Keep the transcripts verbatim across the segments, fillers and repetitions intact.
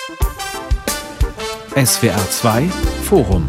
S W R zwei Forum.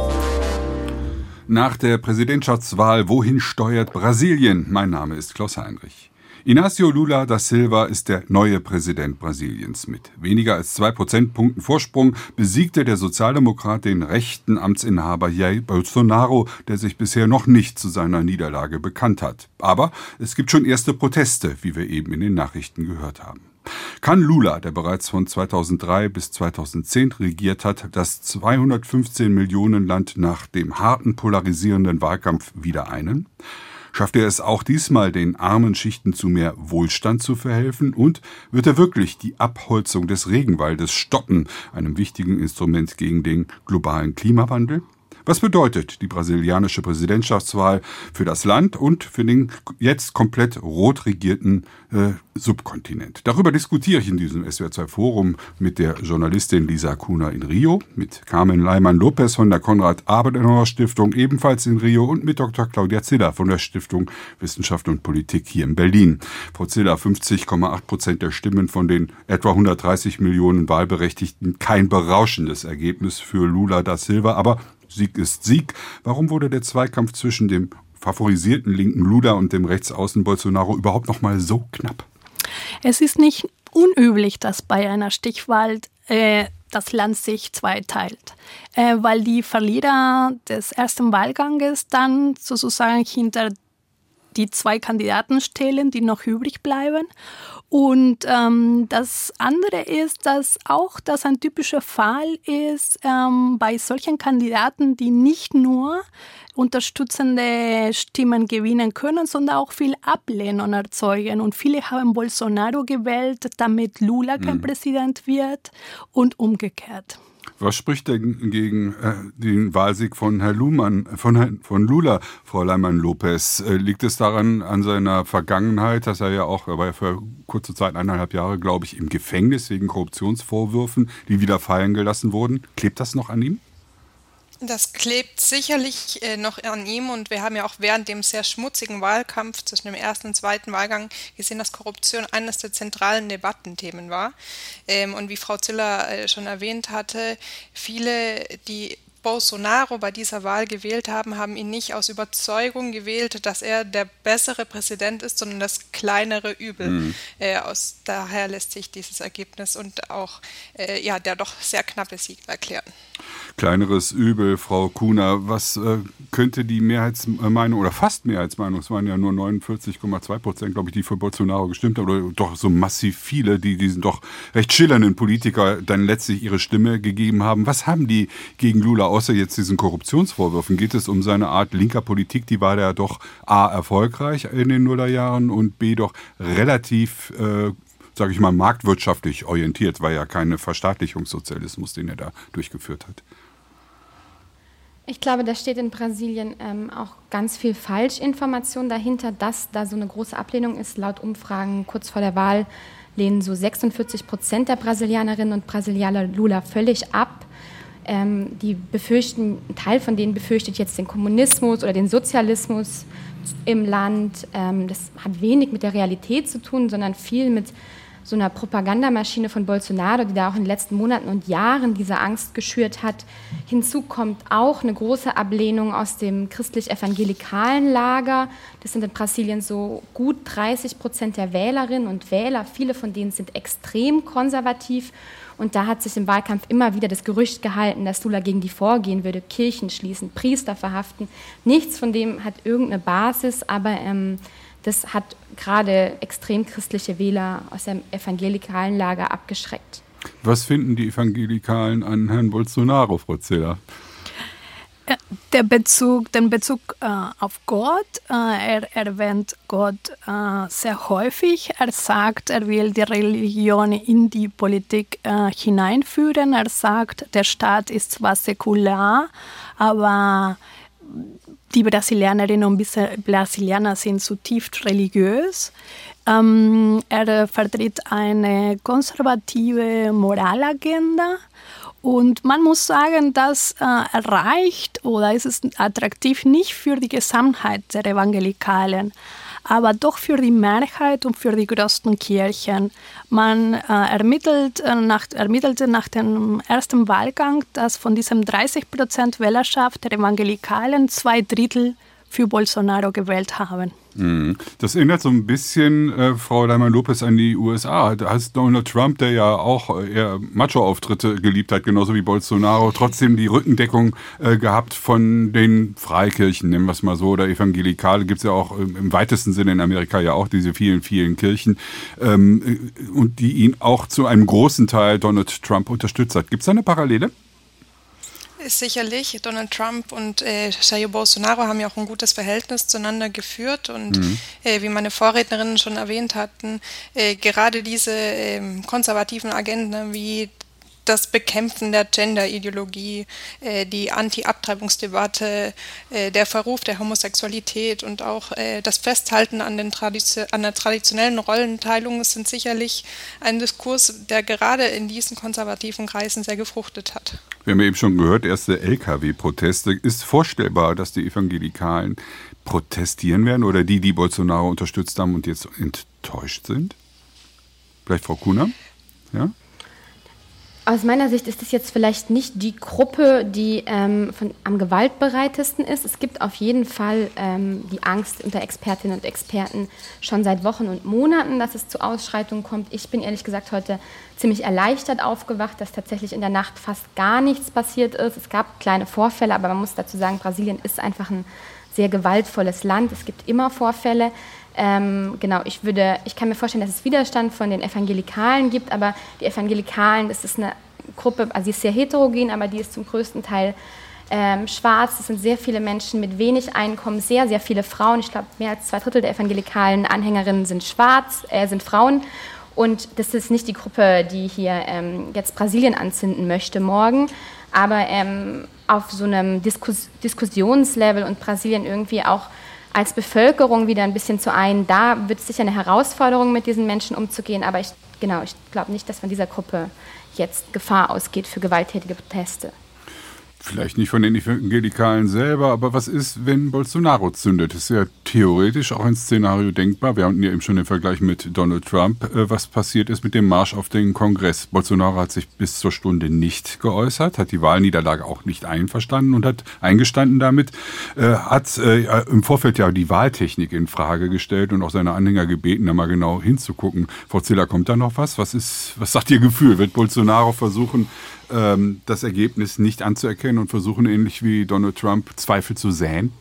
Nach der Präsidentschaftswahl, wohin steuert Brasilien? Mein Name ist Klaus Heinrich. Inácio Lula da Silva ist der neue Präsident Brasiliens. Mit weniger als zwei Prozentpunkten Vorsprung besiegte der Sozialdemokrat den rechten Amtsinhaber Jair Bolsonaro, der sich bisher noch nicht zu seiner Niederlage bekannt hat. Aber es gibt schon erste Proteste, wie wir eben in den Nachrichten gehört haben. Kann Lula, der bereits von zweitausenddrei bis zweitausendzehn regiert hat, das zweihundertfünfzehn Millionen Land nach dem harten, polarisierenden Wahlkampf wieder einen? Schafft er es auch diesmal, den armen Schichten zu mehr Wohlstand zu verhelfen? Und wird er wirklich die Abholzung des Regenwaldes stoppen, einem wichtigen Instrument gegen den globalen Klimawandel? Was bedeutet die brasilianische Präsidentschaftswahl für das Land und für den jetzt komplett rot regierten äh, Subkontinent? Darüber diskutiere ich in diesem S W R zwei Forum mit der Journalistin Lisa Cunha in Rio, mit Carmen Leymann-Lopez von der Konrad-Adenauer-Stiftung, ebenfalls in Rio, und mit Doktor Claudia Ziller von der Stiftung Wissenschaft und Politik hier in Berlin. Frau Ziller, fünfzig Komma acht Prozent der Stimmen von den etwa hundertdreißig Millionen Wahlberechtigten, kein berauschendes Ergebnis für Lula da Silva, aber Sieg ist Sieg. Warum wurde der Zweikampf zwischen dem favorisierten linken Lula und dem Rechtsaußen Bolsonaro überhaupt noch mal so knapp? Es ist nicht unüblich, dass bei einer Stichwahl äh, das Land sich zweiteilt, äh, weil die Verlierer des ersten Wahlganges dann sozusagen hinter die zwei Kandidaten stellen, die noch übrig bleiben. Und ähm, das andere ist, dass auch das ein typischer Fall ist ähm, bei solchen Kandidaten, die nicht nur unterstützende Stimmen gewinnen können, sondern auch viel Ablehnung erzeugen. Und viele haben Bolsonaro gewählt, damit Lula kein mhm. Präsident wird und umgekehrt. Was spricht denn gegen äh, den Wahlsieg von Herrn Luhmann, von, von Lula, Frau Leymann-Lopez? Äh, liegt es daran, an seiner Vergangenheit, dass er ja auch, er war ja für kurze Zeit, eineinhalb Jahre, glaube ich, im Gefängnis wegen Korruptionsvorwürfen, die wieder fallen gelassen wurden? Klebt das noch an ihm? Das klebt sicherlich äh, noch an ihm, und wir haben ja auch während dem sehr schmutzigen Wahlkampf zwischen dem ersten und zweiten Wahlgang gesehen, dass Korruption eines der zentralen Debattenthemen war. Ähm, und wie Frau Ziller äh, schon erwähnt hatte, viele, die Bolsonaro bei dieser Wahl gewählt haben, haben ihn nicht aus Überzeugung gewählt, dass er der bessere Präsident ist, sondern das kleinere Übel. Mhm. Äh, aus daher lässt sich dieses Ergebnis und auch äh, ja, der doch sehr knappe Sieg erklären. Kleineres Übel, Frau Cunha. Was äh, könnte die Mehrheitsmeinung oder fast Mehrheitsmeinung, es waren ja nur neunundvierzig Komma zwei Prozent, glaube ich, die für Bolsonaro gestimmt haben, oder doch so massiv viele, die diesen doch recht schillernden Politiker dann letztlich ihre Stimme gegeben haben. Was haben die gegen Lula, außer jetzt diesen Korruptionsvorwürfen? Geht es um seine Art linker Politik? Die war ja doch A, erfolgreich in den Nullerjahren und B, doch relativ, äh, sage ich mal, marktwirtschaftlich orientiert. War ja keine Verstaatlichungssozialismus, den er da durchgeführt hat. Ich glaube, da steht in Brasilien ähm, auch ganz viel Falschinformation dahinter, dass da so eine große Ablehnung ist. Laut Umfragen kurz vor der Wahl lehnen so sechsundvierzig Prozent der Brasilianerinnen und Brasilianer Lula völlig ab. Ähm, die befürchten, ein Teil von denen befürchtet jetzt den Kommunismus oder den Sozialismus im Land. Ähm, das hat wenig mit der Realität zu tun, sondern viel mit so einer Propagandamaschine von Bolsonaro, die da auch in den letzten Monaten und Jahren diese Angst geschürt hat. Hinzu kommt auch eine große Ablehnung aus dem christlich-evangelikalen Lager. Das sind in Brasilien so gut dreißig Prozent der Wählerinnen und Wähler. Viele von denen sind extrem konservativ. Und da hat sich im Wahlkampf immer wieder das Gerücht gehalten, dass Lula gegen die vorgehen würde, Kirchen schließen, Priester verhaften. Nichts von dem hat irgendeine Basis, aber ähm, das hat gerade extrem christliche Wähler aus dem evangelikalen Lager abgeschreckt. Was finden die Evangelikalen an Herrn Bolsonaro, Frau Ziller? Der Bezug, den Bezug äh, auf Gott, äh, er erwähnt Gott äh, sehr häufig. Er sagt, er will die Religion in die Politik äh, hineinführen. Er sagt, der Staat ist zwar säkular, aber die Brasilianerinnen und Brasilianer sind zutiefst religiös. Ähm, er vertritt eine konservative Moralagenda. Und man muss sagen, das äh, erreicht oder ist es attraktiv nicht für die Gesamtheit der Evangelikalen. aber doch für die Mehrheit und für die größten Kirchen. Man äh, ermittelt, äh, nach, ermittelte nach dem ersten Wahlgang, dass von diesem dreißig Prozent Wählerschaft der Evangelikalen zwei Drittel für Bolsonaro gewählt haben. Das erinnert so ein bisschen, äh, Frau Leimann-Lopez, an die U S A. Da heißt Donald Trump, der ja auch eher Macho-Auftritte geliebt hat, genauso wie Bolsonaro, trotzdem die Rückendeckung äh, gehabt von den Freikirchen, nennen wir es mal so, oder Evangelikale. Gibt es ja auch ähm, im weitesten Sinne in Amerika ja auch diese vielen, vielen Kirchen, ähm, und die ihn auch zu einem großen Teil Donald Trump unterstützt hat. Gibt es da eine Parallele? Sicherlich, Donald Trump und äh, Jair Bolsonaro haben ja auch ein gutes Verhältnis zueinander geführt und mhm. äh, wie meine Vorrednerinnen schon erwähnt hatten, äh, gerade diese äh, konservativen Agenden wie das Bekämpfen der Gender-Ideologie, äh, die Anti-Abtreibungsdebatte, äh, der Verruf der Homosexualität und auch äh, das Festhalten an, den Tradition- an der traditionellen Rollenteilung sind sicherlich ein Diskurs, der gerade in diesen konservativen Kreisen sehr gefruchtet hat. Wir haben eben schon gehört, erste L K W-Proteste. Ist vorstellbar, dass die Evangelikalen protestieren werden oder die, die Bolsonaro unterstützt haben und jetzt enttäuscht sind? Vielleicht Frau Kuhner? Ja? Aus meiner Sicht ist es jetzt vielleicht nicht die Gruppe, die ähm, von, am gewaltbereitesten ist. Es gibt auf jeden Fall ähm, die Angst unter Expertinnen und Experten schon seit Wochen und Monaten, dass es zu Ausschreitungen kommt. Ich bin ehrlich gesagt heute ziemlich erleichtert aufgewacht, dass tatsächlich in der Nacht fast gar nichts passiert ist. Es gab kleine Vorfälle, aber man muss dazu sagen, Brasilien ist einfach ein sehr gewaltvolles Land. Es gibt immer Vorfälle. Ähm, genau, ich würde, ich kann mir vorstellen, dass es Widerstand von den Evangelikalen gibt, aber die Evangelikalen, das ist eine Gruppe, also sie ist sehr heterogen, aber die ist zum größten Teil ähm, schwarz. Es sind sehr viele Menschen mit wenig Einkommen, sehr, sehr viele Frauen. Ich glaube, mehr als zwei Drittel der evangelikalen Anhängerinnen sind schwarz, äh, sind Frauen. Und das ist nicht die Gruppe, die hier ähm, jetzt Brasilien anzünden möchte morgen, aber ähm, auf so einem Diskus- Diskussionslevel und Brasilien irgendwie auch als Bevölkerung wieder ein bisschen zu ein. Da wird es sicher eine Herausforderung, mit diesen Menschen umzugehen, aber ich, genau, ich glaube nicht, dass von dieser Gruppe jetzt Gefahr ausgeht für gewalttätige Proteste. Vielleicht nicht von den Evangelikalen selber, aber was ist, wenn Bolsonaro zündet? Das ist ja theoretisch auch ein Szenario denkbar. Wir hatten ja eben schon den Vergleich mit Donald Trump, was passiert ist mit dem Marsch auf den Kongress. Bolsonaro hat sich bis zur Stunde nicht geäußert, hat die Wahlniederlage auch nicht einverstanden und hat eingestanden damit, hat im Vorfeld ja die Wahltechnik in Frage gestellt und auch seine Anhänger gebeten, da mal genau hinzugucken. Frau Ziller, kommt da noch was? Was ist, was sagt Ihr Gefühl? Wird Bolsonaro versuchen, das Ergebnis nicht anzuerkennen und versuchen, ähnlich wie Donald Trump, Zweifel zu säen?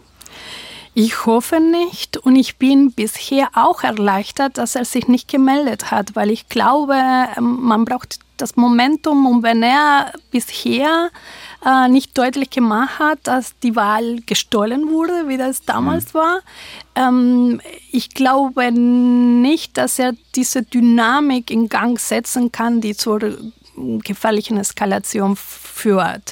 Ich hoffe nicht und ich bin bisher auch erleichtert, dass er sich nicht gemeldet hat, weil ich glaube, man braucht das Momentum und wenn er bisher äh, nicht deutlich gemacht hat, dass die Wahl gestohlen wurde, wie das damals mhm. war, ähm, ich glaube nicht, dass er diese Dynamik in Gang setzen kann, die zur gefährlichen Eskalation führt.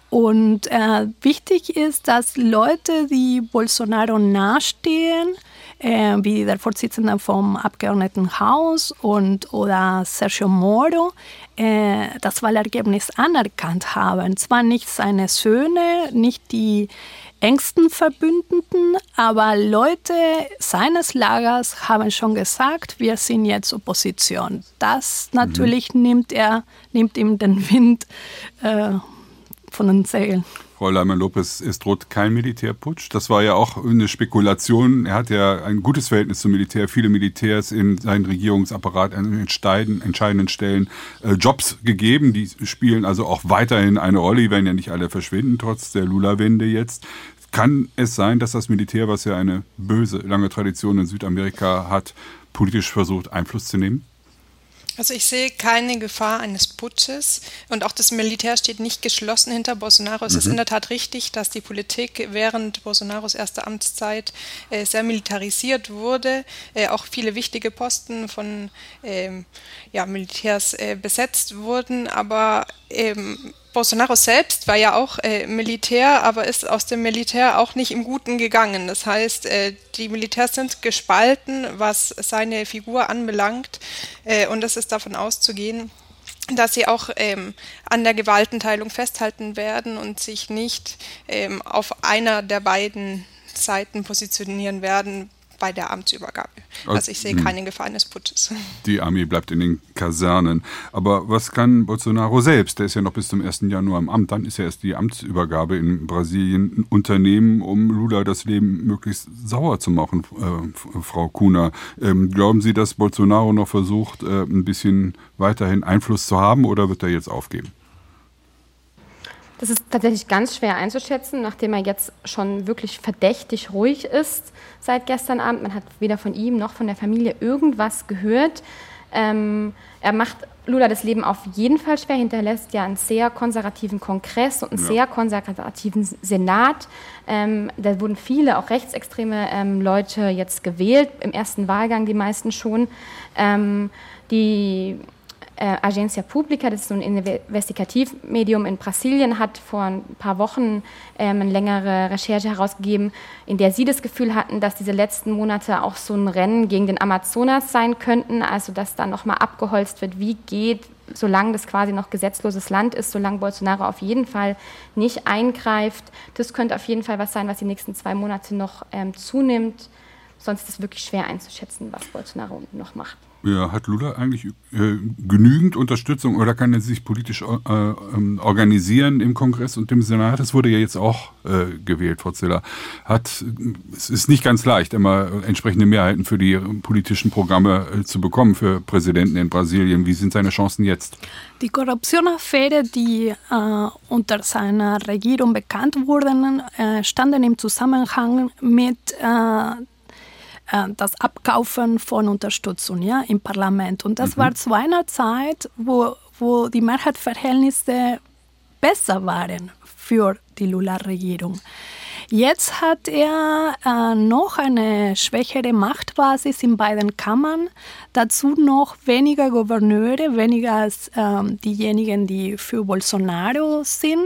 Und äh, wichtig ist, dass Leute, die Bolsonaro nahestehen, äh, wie der Vorsitzende vom Abgeordnetenhaus und, oder Sergio Moro, äh, das Wahlergebnis anerkannt haben. Zwar nicht seine Söhne, nicht die engsten Verbündeten, aber Leute seines Lagers haben schon gesagt, wir sind jetzt Opposition. Das natürlich mhm. nimmt er, nimmt ihm den Wind äh, von den Segeln. Frau Leimann-Lopez, es droht kein Militärputsch. Das war ja auch eine Spekulation. Er hat ja ein gutes Verhältnis zum Militär. Viele Militärs in seinen Regierungsapparat an entscheidenden Stellen äh, Jobs gegeben. Die spielen also auch weiterhin eine Rolle. Die werden ja nicht alle verschwinden, trotz der Lula-Wende jetzt. Kann es sein, dass das Militär, was ja eine böse, lange Tradition in Südamerika hat, politisch versucht, Einfluss zu nehmen? Also ich sehe keine Gefahr eines Putsches und auch das Militär steht nicht geschlossen hinter Bolsonaro. Es mhm. ist in der Tat richtig, dass die Politik während Bolsonaros erster Amtszeit äh, sehr militarisiert wurde, äh, auch viele wichtige Posten von ähm, ja, Militärs äh, besetzt wurden, aber ähm, Bolsonaro selbst war ja auch äh, Militär, aber ist aus dem Militär auch nicht im Guten gegangen. Das heißt, äh, die Militärs sind gespalten, was seine Figur anbelangt. Äh, und es ist davon auszugehen, dass sie auch ähm, an der Gewaltenteilung festhalten werden und sich nicht ähm, auf einer der beiden Seiten positionieren werden. bei der Amtsübergabe. Also, also ich sehe keine Gefahr eines Putsches. Die Armee bleibt in den Kasernen. Aber was kann Bolsonaro selbst? Der ist ja noch bis zum ersten Januar im Amt. Dann ist ja erst die Amtsübergabe in Brasilien unternehmen, um Lula das Leben möglichst sauer zu machen, äh, Frau Cunha. Ähm, glauben Sie, dass Bolsonaro noch versucht, äh, ein bisschen weiterhin Einfluss zu haben, oder wird er jetzt aufgeben? Das ist tatsächlich ganz schwer einzuschätzen, nachdem er jetzt schon wirklich verdächtig ruhig ist seit gestern Abend. Man hat weder von ihm noch von der Familie irgendwas gehört. Ähm, er macht Lula das Leben auf jeden Fall schwer, hinterlässt ja einen sehr konservativen Kongress und einen ja. sehr konservativen Senat. Ähm, da wurden viele, auch rechtsextreme ähm, Leute jetzt gewählt, im ersten Wahlgang die meisten schon. Ähm, die Äh, Agência Pública, das ist so ein Investigativmedium in Brasilien, hat vor ein paar Wochen ähm, eine längere Recherche herausgegeben, in der sie das Gefühl hatten, dass diese letzten Monate auch so ein Rennen gegen den Amazonas sein könnten, also dass da nochmal abgeholzt wird, wie geht, solange das quasi noch gesetzloses Land ist, solange Bolsonaro auf jeden Fall nicht eingreift. Das könnte auf jeden Fall was sein, was die nächsten zwei Monate noch ähm, zunimmt. Sonst ist es wirklich schwer einzuschätzen, was Bolsonaro noch macht. Ja, hat Lula eigentlich äh, genügend Unterstützung oder kann er sich politisch äh, äh, organisieren im Kongress und im Senat? Es wurde ja jetzt auch äh, gewählt, Frau Ziller. Hat, es ist nicht ganz leicht, immer entsprechende Mehrheiten für die politischen Programme äh, zu bekommen für Präsidenten in Brasilien. Wie sind seine Chancen jetzt? Die Korruptionsaffäre, die äh, unter seiner Regierung bekannt wurden, äh, standen im Zusammenhang mit äh, das Abkaufen von Unterstützung, ja, im Parlament. Und das mhm. war zu einer Zeit, wo, wo die Mehrheitsverhältnisse besser waren für die Lula-Regierung. Jetzt hat er äh, noch eine schwächere Machtbasis in beiden Kammern, dazu noch weniger Gouverneure, weniger als äh, diejenigen, die für Bolsonaro sind.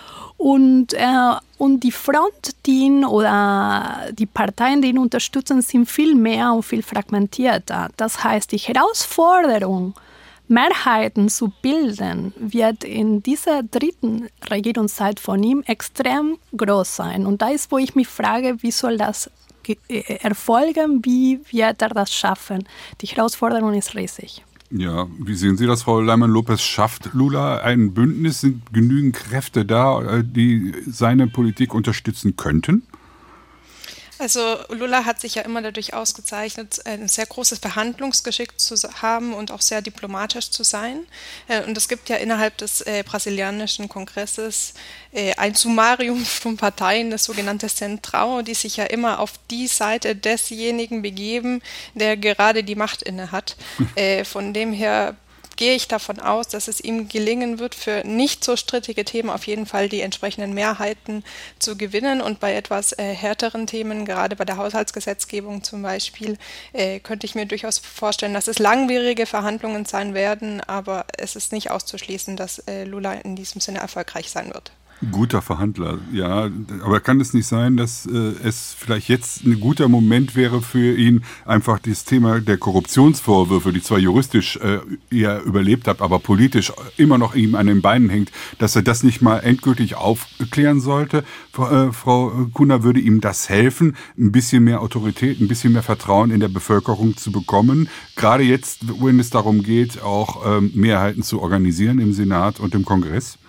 Und, äh, und die Front, die ihn oder die Parteien, die ihn unterstützen, sind viel mehr und viel fragmentierter. Das heißt, die Herausforderung, Mehrheiten zu bilden, wird in dieser dritten Regierungszeit von ihm extrem groß sein. Und da ist, wo ich mich frage, wie soll das erfolgen, wie wird er das schaffen? Die Herausforderung ist riesig. Ja, wie sehen Sie das, Frau Leimann-Lopez? Schafft Lula ein Bündnis? Sind genügend Kräfte da, die seine Politik unterstützen könnten? Also Lula hat sich ja immer dadurch ausgezeichnet, ein sehr großes Verhandlungsgeschick zu haben und auch sehr diplomatisch zu sein. Und es gibt ja innerhalb des äh, brasilianischen Kongresses äh, ein Summarium von Parteien, das sogenannte Centrão, die sich ja immer auf die Seite desjenigen begeben, der gerade die Macht inne hat. äh, von dem her gehe ich davon aus, dass es ihm gelingen wird, für nicht so strittige Themen auf jeden Fall die entsprechenden Mehrheiten zu gewinnen. Und bei etwas äh, härteren Themen, gerade bei der Haushaltsgesetzgebung zum Beispiel, äh, könnte ich mir durchaus vorstellen, dass es langwierige Verhandlungen sein werden, aber es ist nicht auszuschließen, dass äh, Lula in diesem Sinne erfolgreich sein wird. Guter Verhandler, ja. Aber kann es nicht sein, dass äh, es vielleicht jetzt ein guter Moment wäre für ihn, einfach das Thema der Korruptionsvorwürfe, die zwar juristisch äh, eher überlebt hat, aber politisch immer noch ihm an den Beinen hängt, dass er das nicht mal endgültig aufklären sollte? Frau, äh, Frau Cunha, würde ihm das helfen, ein bisschen mehr Autorität, ein bisschen mehr Vertrauen in der Bevölkerung zu bekommen? Gerade jetzt, wenn es darum geht, auch ähm, Mehrheiten zu organisieren im Senat und im Kongress?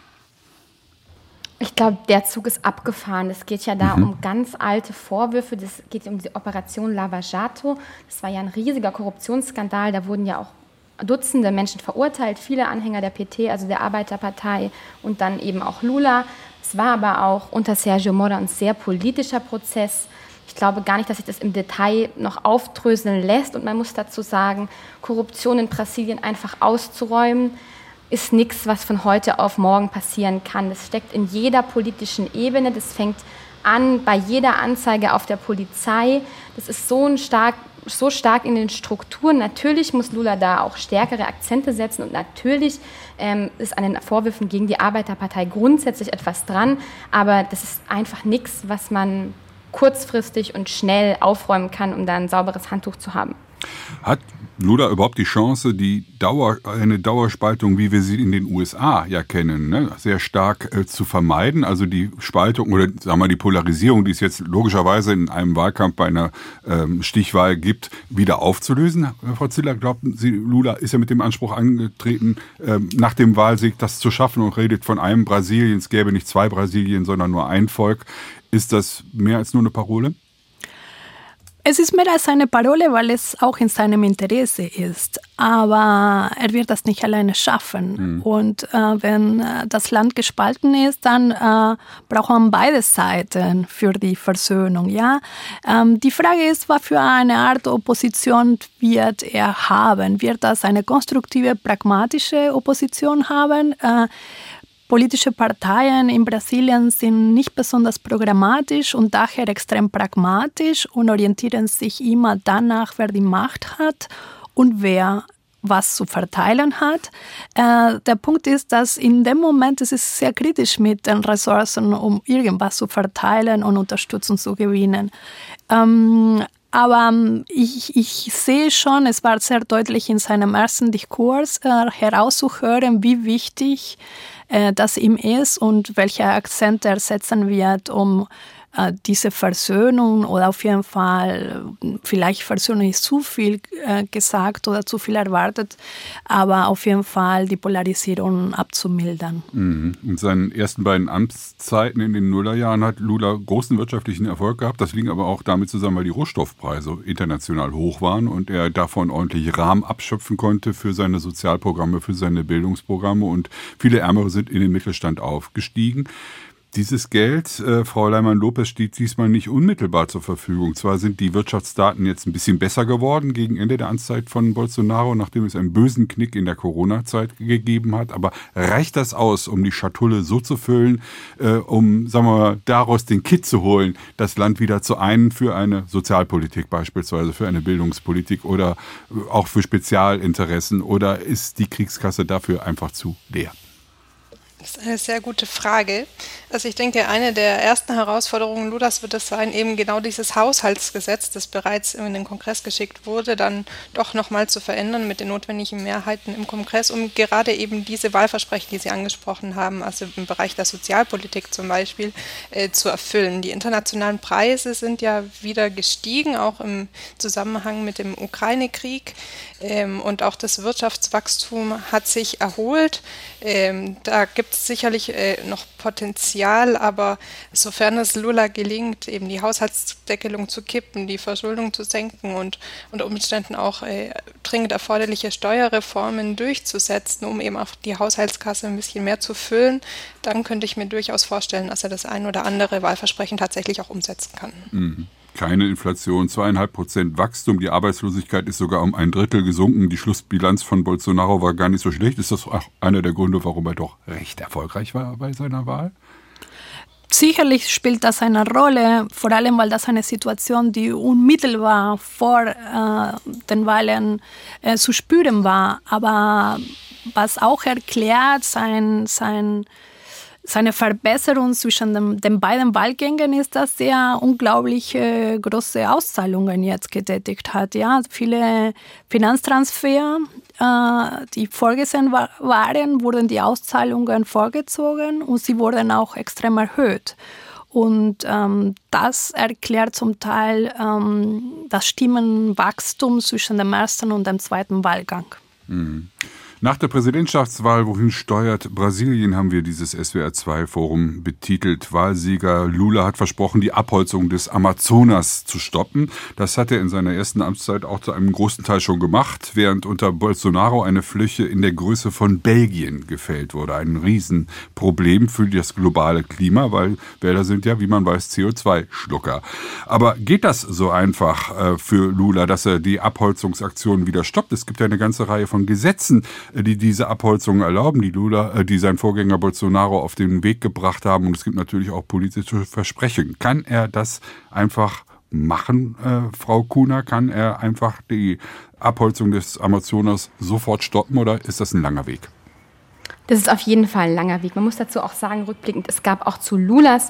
Ich glaube, der Zug ist abgefahren. Es geht ja da mhm. um ganz alte Vorwürfe. Das geht um die Operation Lava Jato. Das war ja ein riesiger Korruptionsskandal. Da wurden ja auch Dutzende Menschen verurteilt, viele Anhänger der P T, also der Arbeiterpartei, und dann eben auch Lula. Es war aber auch unter Sergio Moro ein sehr politischer Prozess. Ich glaube gar nicht, dass sich das im Detail noch aufdröseln lässt. Und man muss dazu sagen, Korruption in Brasilien einfach auszuräumen, ist nichts, was von heute auf morgen passieren kann. Das steckt in jeder politischen Ebene. Das fängt an bei jeder Anzeige auf der Polizei. Das ist so, ein stark, so stark in den Strukturen. Natürlich muss Lula da auch stärkere Akzente setzen und natürlich ähm, ist an den Vorwürfen gegen die Arbeiterpartei grundsätzlich etwas dran. Aber das ist einfach nichts, was man kurzfristig und schnell aufräumen kann, um da ein sauberes Handtuch zu haben. Hat Lula überhaupt die Chance, die Dauer, eine Dauerspaltung, wie wir sie in den U S A ja kennen, ne, sehr stark äh, zu vermeiden? Also die Spaltung oder sagen wir mal die Polarisierung, die es jetzt logischerweise in einem Wahlkampf bei einer ähm, Stichwahl gibt, wieder aufzulösen? Frau Ziller, glauben Sie, Lula ist ja mit dem Anspruch angetreten, ähm, nach dem Wahlsieg das zu schaffen und redet von einem Brasilien. Es gäbe nicht zwei Brasilien, sondern nur ein Volk. Ist das mehr als nur eine Parole? Es ist mehr als eine Parole, weil es auch in seinem Interesse ist. Aber er wird das nicht alleine schaffen. Mhm. Und äh, wenn äh, das Land gespalten ist, dann äh, braucht man beide Seiten für die Versöhnung. Ja? Ähm, die Frage ist, was für eine Art Opposition wird er haben? Wird das eine konstruktive, pragmatische Opposition haben? Äh, Politische Parteien in Brasilien sind nicht besonders programmatisch und daher extrem pragmatisch und orientieren sich immer danach, wer die Macht hat und wer was zu verteilen hat. Äh, der Punkt ist, dass in dem Moment es ist sehr kritisch mit den Ressourcen, um irgendwas zu verteilen und Unterstützung zu gewinnen. Ähm, Aber ich, ich sehe schon, es war sehr deutlich in seinem ersten Diskurs äh, herauszuhören, wie wichtig äh, das ihm ist und welche Akzente er setzen wird, um äh, diese Versöhnung oder auf jeden Fall, vielleicht Versöhnung ist zu viel äh, gesagt oder zu viel erwartet, aber auf jeden Fall die Polarisierung abzumildern. Mhm. In seinen ersten beiden Amtszeiten in den Nullerjahren hat Lula großen wirtschaftlichen Erfolg gehabt. Das liegt aber auch damit zusammen, weil die Rohstoffpreise international hoch waren und er davon ordentlich Rahmen abschöpfen konnte für seine Sozialprogramme, für seine Bildungsprogramme und viele Ärmere sind in den Mittelstand aufgestiegen. Dieses Geld, äh, Frau Leimann-Lopez, steht diesmal nicht unmittelbar zur Verfügung. Zwar sind die Wirtschaftsdaten jetzt ein bisschen besser geworden gegen Ende der Amtszeit von Bolsonaro, nachdem es einen bösen Knick in der Corona-Zeit gegeben hat. Aber reicht das aus, um die Schatulle so zu füllen, äh, um, sagen wir mal, daraus den Kitt zu holen, das Land wieder zu einen für eine Sozialpolitik beispielsweise, für eine Bildungspolitik oder auch für Spezialinteressen? Oder ist die Kriegskasse dafür einfach zu leer? Das ist eine sehr gute Frage. Also ich denke, eine der ersten Herausforderungen Lulas wird es sein, eben genau dieses Haushaltsgesetz, das bereits in den Kongress geschickt wurde, dann doch nochmal zu verändern mit den notwendigen Mehrheiten im Kongress, um gerade eben diese Wahlversprechen, die Sie angesprochen haben, also im Bereich der Sozialpolitik zum Beispiel, äh, zu erfüllen. Die internationalen Preise sind ja wieder gestiegen, auch im Zusammenhang mit dem Ukraine-Krieg. Ähm, und auch das Wirtschaftswachstum hat sich erholt. Ähm, da gibt es sicherlich äh, noch Potenzial, aber sofern es Lula gelingt, eben die Haushaltsdeckelung zu kippen, die Verschuldung zu senken und unter Umständen auch äh, dringend erforderliche Steuerreformen durchzusetzen, um eben auch die Haushaltskasse ein bisschen mehr zu füllen, dann könnte ich mir durchaus vorstellen, dass er das ein oder andere Wahlversprechen tatsächlich auch umsetzen kann. Mhm. Keine Inflation, zweieinhalb Prozent Wachstum, die Arbeitslosigkeit ist sogar um ein Drittel gesunken. Die Schlussbilanz von Bolsonaro war gar nicht so schlecht. Ist das auch einer der Gründe, warum er doch recht erfolgreich war bei seiner Wahl? Sicherlich spielt das eine Rolle, vor allem weil das eine Situation, die unmittelbar vor äh, den Wahlen äh, zu spüren war. Aber was auch erklärt, sein, sein Seine Verbesserung zwischen dem, den beiden Wahlgängen ist, dass er unglaubliche große Auszahlungen jetzt getätigt hat. Ja, viele Finanztransfer, äh, die vorgesehen war, waren, wurden die Auszahlungen vorgezogen und sie wurden auch extrem erhöht. Und ähm, das erklärt zum Teil ähm, das Stimmenwachstum zwischen dem ersten und dem zweiten Wahlgang. Mhm. Nach der Präsidentschaftswahl, wohin steuert Brasilien, haben wir dieses S W R zwei Forum betitelt. Wahlsieger Lula hat versprochen, die Abholzung des Amazonas zu stoppen. Das hat er in seiner ersten Amtszeit auch zu einem großen Teil schon gemacht, während unter Bolsonaro eine Fläche in der Größe von Belgien gefällt wurde. Ein Riesenproblem für das globale Klima, weil Wälder sind ja, wie man weiß, C O zwei Schlucker. Aber geht das so einfach äh, für Lula, dass er die Abholzungsaktionen wieder stoppt? Es gibt ja eine ganze Reihe von Gesetzen, die diese Abholzung erlauben, die Lula, die sein Vorgänger Bolsonaro auf den Weg gebracht haben. Und es gibt natürlich auch politische Versprechen. Kann er das einfach machen, äh, Frau Cunha? Kann er einfach die Abholzung des Amazonas sofort stoppen oder ist das ein langer Weg? Das ist auf jeden Fall ein langer Weg. Man muss dazu auch sagen, rückblickend, es gab auch zu Lulas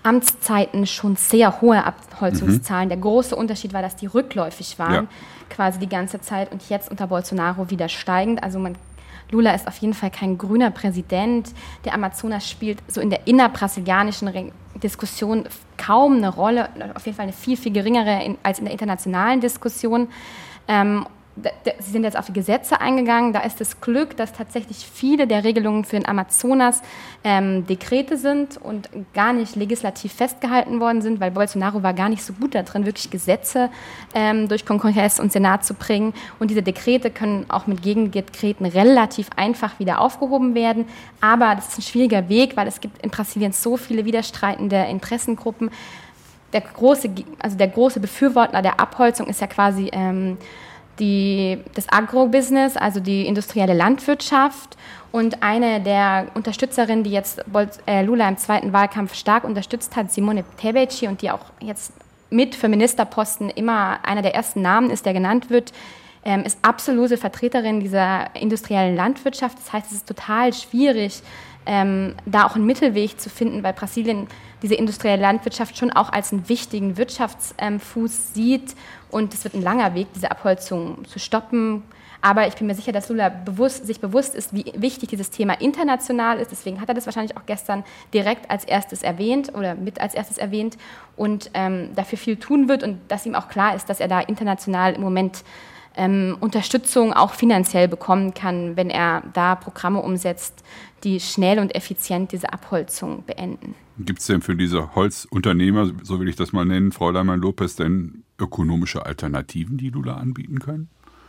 Amtszeiten schon sehr hohe Abholzungszahlen. Mhm. Der große Unterschied war, dass die rückläufig waren, ja. quasi die ganze Zeit und jetzt unter Bolsonaro wieder steigend. Also man, Lula ist auf jeden Fall kein grüner Präsident. Der Amazonas spielt so in der innerbrasilianischen Re- Diskussion kaum eine Rolle, auf jeden Fall eine viel, viel geringere in, als in der internationalen Diskussion. Ähm, Sie sind jetzt auf die Gesetze eingegangen. Da ist das Glück, dass tatsächlich viele der Regelungen für den Amazonas ähm, Dekrete sind und gar nicht legislativ festgehalten worden sind, weil Bolsonaro war gar nicht so gut da drin, wirklich Gesetze ähm, durch Kongress und Senat zu bringen. Und diese Dekrete können auch mit Gegendekreten relativ einfach wieder aufgehoben werden. Aber das ist ein schwieriger Weg, weil es gibt in Brasilien so viele widerstreitende Interessengruppen. Der große, also der große Befürworter der Abholzung ist ja quasi ähm, Die, das Agrobusiness, also die industrielle Landwirtschaft. Und eine der Unterstützerinnen, die jetzt Lula im zweiten Wahlkampf stark unterstützt hat, Simone Tebet, und die auch jetzt mit für Ministerposten immer einer der ersten Namen ist, der genannt wird, ähm, ist absolute Vertreterin dieser industriellen Landwirtschaft. Das heißt, es ist total schwierig, ähm, da auch einen Mittelweg zu finden, weil Brasilien diese industrielle Landwirtschaft schon auch als einen wichtigen Wirtschaftsfuß ähm, sieht. Und es wird ein langer Weg, diese Abholzung zu stoppen. Aber ich bin mir sicher, dass Lula bewusst, sich bewusst ist, wie wichtig dieses Thema international ist. Deswegen hat er das wahrscheinlich auch gestern direkt als erstes erwähnt oder mit als erstes erwähnt und ähm, dafür viel tun wird und dass ihm auch klar ist, dass er da international im Moment ähm, Unterstützung auch finanziell bekommen kann, wenn er da Programme umsetzt, die schnell und effizient diese Abholzung beenden. Gibt es denn für diese Holzunternehmer, so will ich das mal nennen, Frau Leimann-Lopez, denn ökonomische Alternativen, die Lula anbieten können?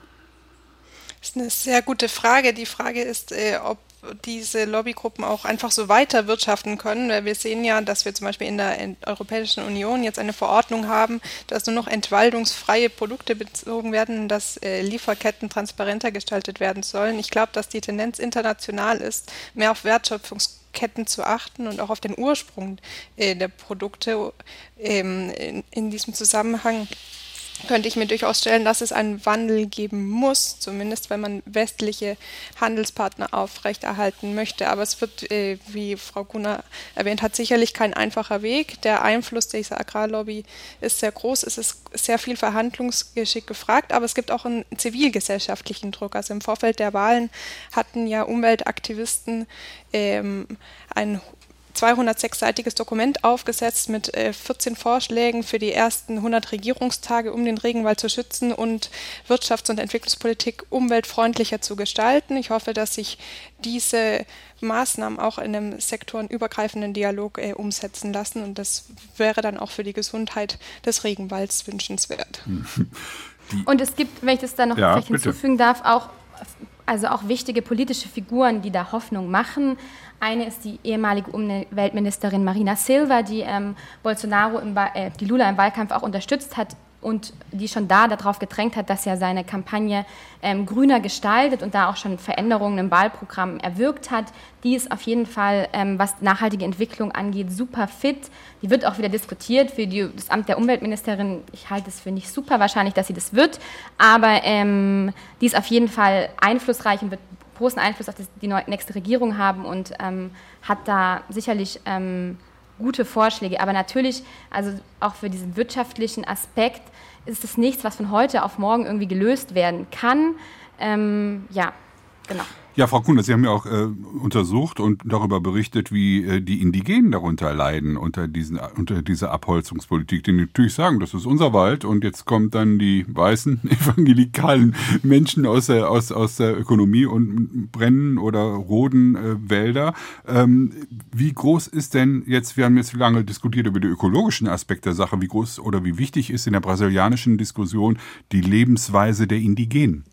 Das ist eine sehr gute Frage. Die Frage ist, äh, ob diese Lobbygruppen auch einfach so weiter wirtschaften können, weil wir sehen ja, dass wir zum Beispiel in der Europäischen Union jetzt eine Verordnung haben, dass nur noch entwaldungsfreie Produkte bezogen werden, dass äh, Lieferketten transparenter gestaltet werden sollen. Ich glaube, dass die Tendenz international ist, mehr auf Wertschöpfungsketten zu achten und auch auf den Ursprung äh, der Produkte ähm, in, in diesem Zusammenhang. Könnte ich mir durchaus stellen, dass es einen Wandel geben muss, zumindest wenn man westliche Handelspartner aufrechterhalten möchte. Aber es wird, äh, wie Frau Gunnar erwähnt hat, sicherlich kein einfacher Weg. Der Einfluss dieser Agrarlobby ist sehr groß, es ist sehr viel Verhandlungsgeschick gefragt, aber es gibt auch einen zivilgesellschaftlichen Druck. Also im Vorfeld der Wahlen hatten ja Umweltaktivisten ähm, ein zweihundertsechsseitiges Dokument aufgesetzt mit äh, vierzehn Vorschlägen für die ersten hundert Regierungstage, um den Regenwald zu schützen und Wirtschafts- und Entwicklungspolitik umweltfreundlicher zu gestalten. Ich hoffe, dass sich diese Maßnahmen auch in einem sektorenübergreifenden Dialog äh, umsetzen lassen und das wäre dann auch für die Gesundheit des Regenwalds wünschenswert. Und es gibt, wenn ich das da noch ja, vielleicht hinzufügen darf, auch also auch wichtige politische Figuren, die da Hoffnung machen. Eine ist die ehemalige Umweltministerin Marina Silva, die ähm, Bolsonaro, im äh, die Lula im Wahlkampf auch unterstützt hat und die schon da darauf gedrängt hat, dass er seine Kampagne ähm, grüner gestaltet und da auch schon Veränderungen im Wahlprogramm erwirkt hat. Die ist auf jeden Fall, ähm, was nachhaltige Entwicklung angeht, super fit. Die wird auch wieder diskutiert für die, das Amt der Umweltministerin. Ich halte es für nicht super wahrscheinlich, dass sie das wird, aber ähm, die ist auf jeden Fall einflussreich und wird großen Einfluss auf das, die neue, nächste Regierung haben und ähm, hat da sicherlich ähm, gute Vorschläge. Aber natürlich, also auch für diesen wirtschaftlichen Aspekt ist es nichts, was von heute auf morgen irgendwie gelöst werden kann. Ähm, ja, genau. Ja, Frau Kuhn, Sie haben ja auch äh, untersucht und darüber berichtet, wie äh, die Indigenen darunter leiden unter diesen unter dieser Abholzungspolitik, die natürlich sagen, das ist unser Wald und jetzt kommt dann die weißen evangelikalen Menschen aus der aus aus der Ökonomie und brennen oder roden äh, Wälder. Ähm, wie groß ist denn jetzt? Wir haben jetzt lange diskutiert über die ökologischen Aspekte der Sache. Wie groß oder wie wichtig ist in der brasilianischen Diskussion die Lebensweise der Indigenen?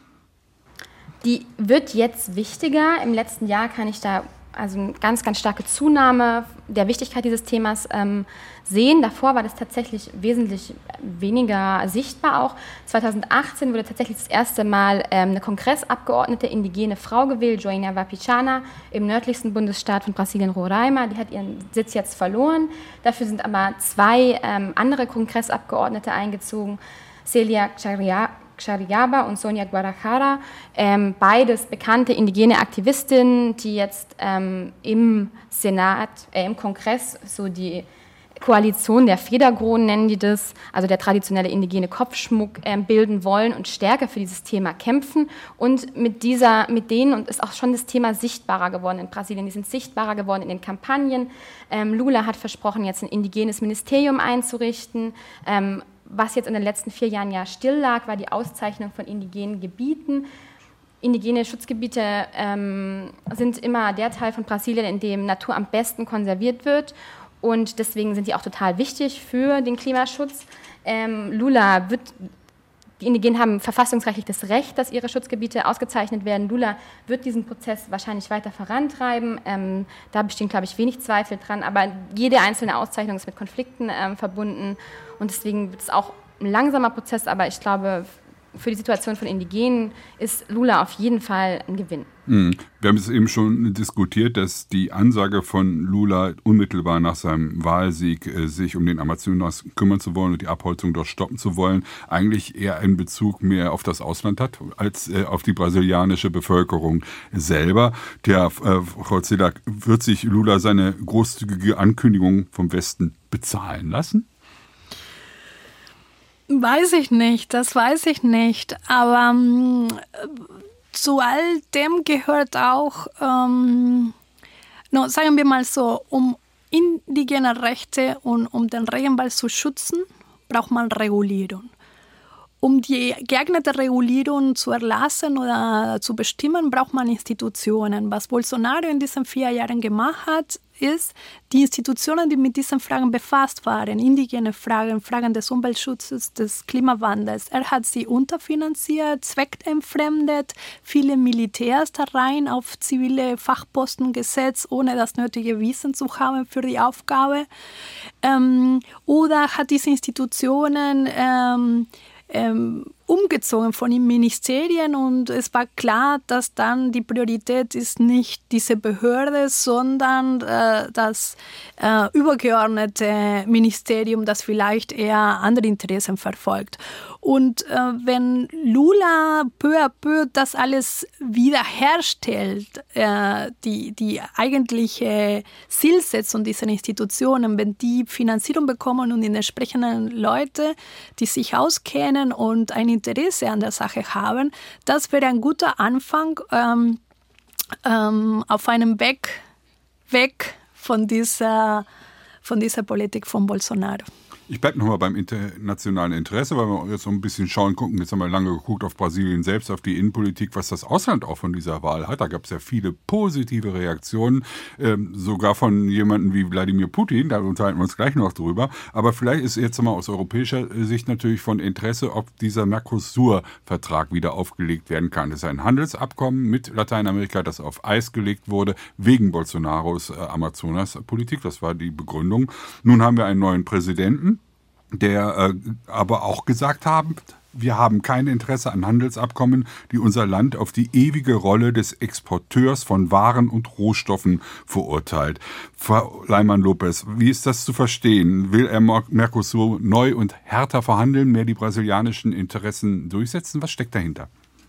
Die wird jetzt wichtiger. Im letzten Jahr kann ich da also eine ganz, ganz starke Zunahme der Wichtigkeit dieses Themas ähm, sehen. Davor war das tatsächlich wesentlich weniger sichtbar auch. zweitausendachtzehn wurde tatsächlich das erste Mal ähm, eine Kongressabgeordnete indigene Frau gewählt, Joênia Wapichana, im nördlichsten Bundesstaat von Brasilien, Roraima. Die hat ihren Sitz jetzt verloren. Dafür sind aber zwei ähm, andere Kongressabgeordnete eingezogen, Celia Charia Xariaba und Sonia Guadalajara, ähm, beides bekannte indigene Aktivistinnen, die jetzt ähm, im Senat, äh, im Kongress so die Koalition der Federkronen, nennen die das, also der traditionelle indigene Kopfschmuck, äh, bilden wollen und stärker für dieses Thema kämpfen. Und mit dieser, mit denen und ist auch schon das Thema sichtbarer geworden in Brasilien. Die sind sichtbarer geworden in den Kampagnen. Ähm, Lula hat versprochen, jetzt ein indigenes Ministerium einzurichten. Ähm, was jetzt in den letzten vier Jahren ja still lag, war die Auszeichnung von indigenen Gebieten. Indigene Schutzgebiete ähm, sind immer der Teil von Brasilien, in dem Natur am besten konserviert wird. Und deswegen sind die auch total wichtig für den Klimaschutz. Ähm, Lula wird, die Indigenen haben verfassungsrechtlich das Recht, dass ihre Schutzgebiete ausgezeichnet werden. Lula wird diesen Prozess wahrscheinlich weiter vorantreiben. Ähm, da bestehen, glaube ich, wenig Zweifel dran. Aber jede einzelne Auszeichnung ist mit Konflikten ähm, verbunden. Und deswegen wird es auch ein langsamer Prozess. Aber ich glaube, für die Situation von Indigenen ist Lula auf jeden Fall ein Gewinn. Wir haben es eben schon diskutiert, dass die Ansage von Lula unmittelbar nach seinem Wahlsieg, äh, sich um den Amazonas kümmern zu wollen und die Abholzung dort stoppen zu wollen, eigentlich eher einen Bezug mehr auf das Ausland hat, als äh, auf die brasilianische Bevölkerung selber. Der, äh, Frau Zilak, wird sich Lula seine großzügige Ankündigung vom Westen bezahlen lassen? Weiß ich nicht, das weiß ich nicht. Aber ähm, zu all dem gehört auch, ähm, no, sagen wir mal so, um indigene Rechte und um den Regenwald zu schützen, braucht man Regulierung. Um die geeignete Regulierung zu erlassen oder zu bestimmen, braucht man Institutionen. Was Bolsonaro in diesen vier Jahren gemacht hat, ist, die Institutionen, die mit diesen Fragen befasst waren, indigene Fragen, Fragen des Umweltschutzes, des Klimawandels, er hat sie unterfinanziert, zweckentfremdet, viele Militärs da rein auf zivile Fachposten gesetzt, ohne das nötige Wissen zu haben für die Aufgabe. Ähm, oder hat diese Institutionen ähm, ähm, umgezogen von den Ministerien und es war klar, dass dann die Priorität ist nicht diese Behörde, sondern äh, das äh, übergeordnete Ministerium, das vielleicht eher andere Interessen verfolgt. Und äh, wenn Lula peu à peu das alles wiederherstellt, äh, die, die eigentliche Zielsetzung dieser Institutionen, wenn die Finanzierung bekommen und die entsprechenden Leute, die sich auskennen und ein Interesse an der Sache haben, das wäre ein guter Anfang ähm, ähm, auf einem Weg, weg von dieser, von dieser Politik von Bolsonaro. Ich bleibe nochmal beim internationalen Interesse, weil wir jetzt so ein bisschen schauen, gucken, jetzt haben wir lange geguckt auf Brasilien selbst, auf die Innenpolitik, was das Ausland auch von dieser Wahl hat. Da gab es ja viele positive Reaktionen, ähm, sogar von jemandem wie Wladimir Putin, da unterhalten wir uns gleich noch drüber. Aber vielleicht ist jetzt mal aus europäischer Sicht natürlich von Interesse, ob dieser Mercosur-Vertrag wieder aufgelegt werden kann. Das ist ein Handelsabkommen mit Lateinamerika, das auf Eis gelegt wurde, wegen Bolsonaros äh, Amazonas-Politik. Das war die Begründung. Nun haben wir einen neuen Präsidenten, der äh, aber auch gesagt haben, wir haben kein Interesse an Handelsabkommen, die unser Land auf die ewige Rolle des Exporteurs von Waren und Rohstoffen verurteilt. Frau Leimann-Lopez, wie ist das zu verstehen? Will er Mercosur neu und härter verhandeln, mehr die brasilianischen Interessen durchsetzen? Was steckt dahinter?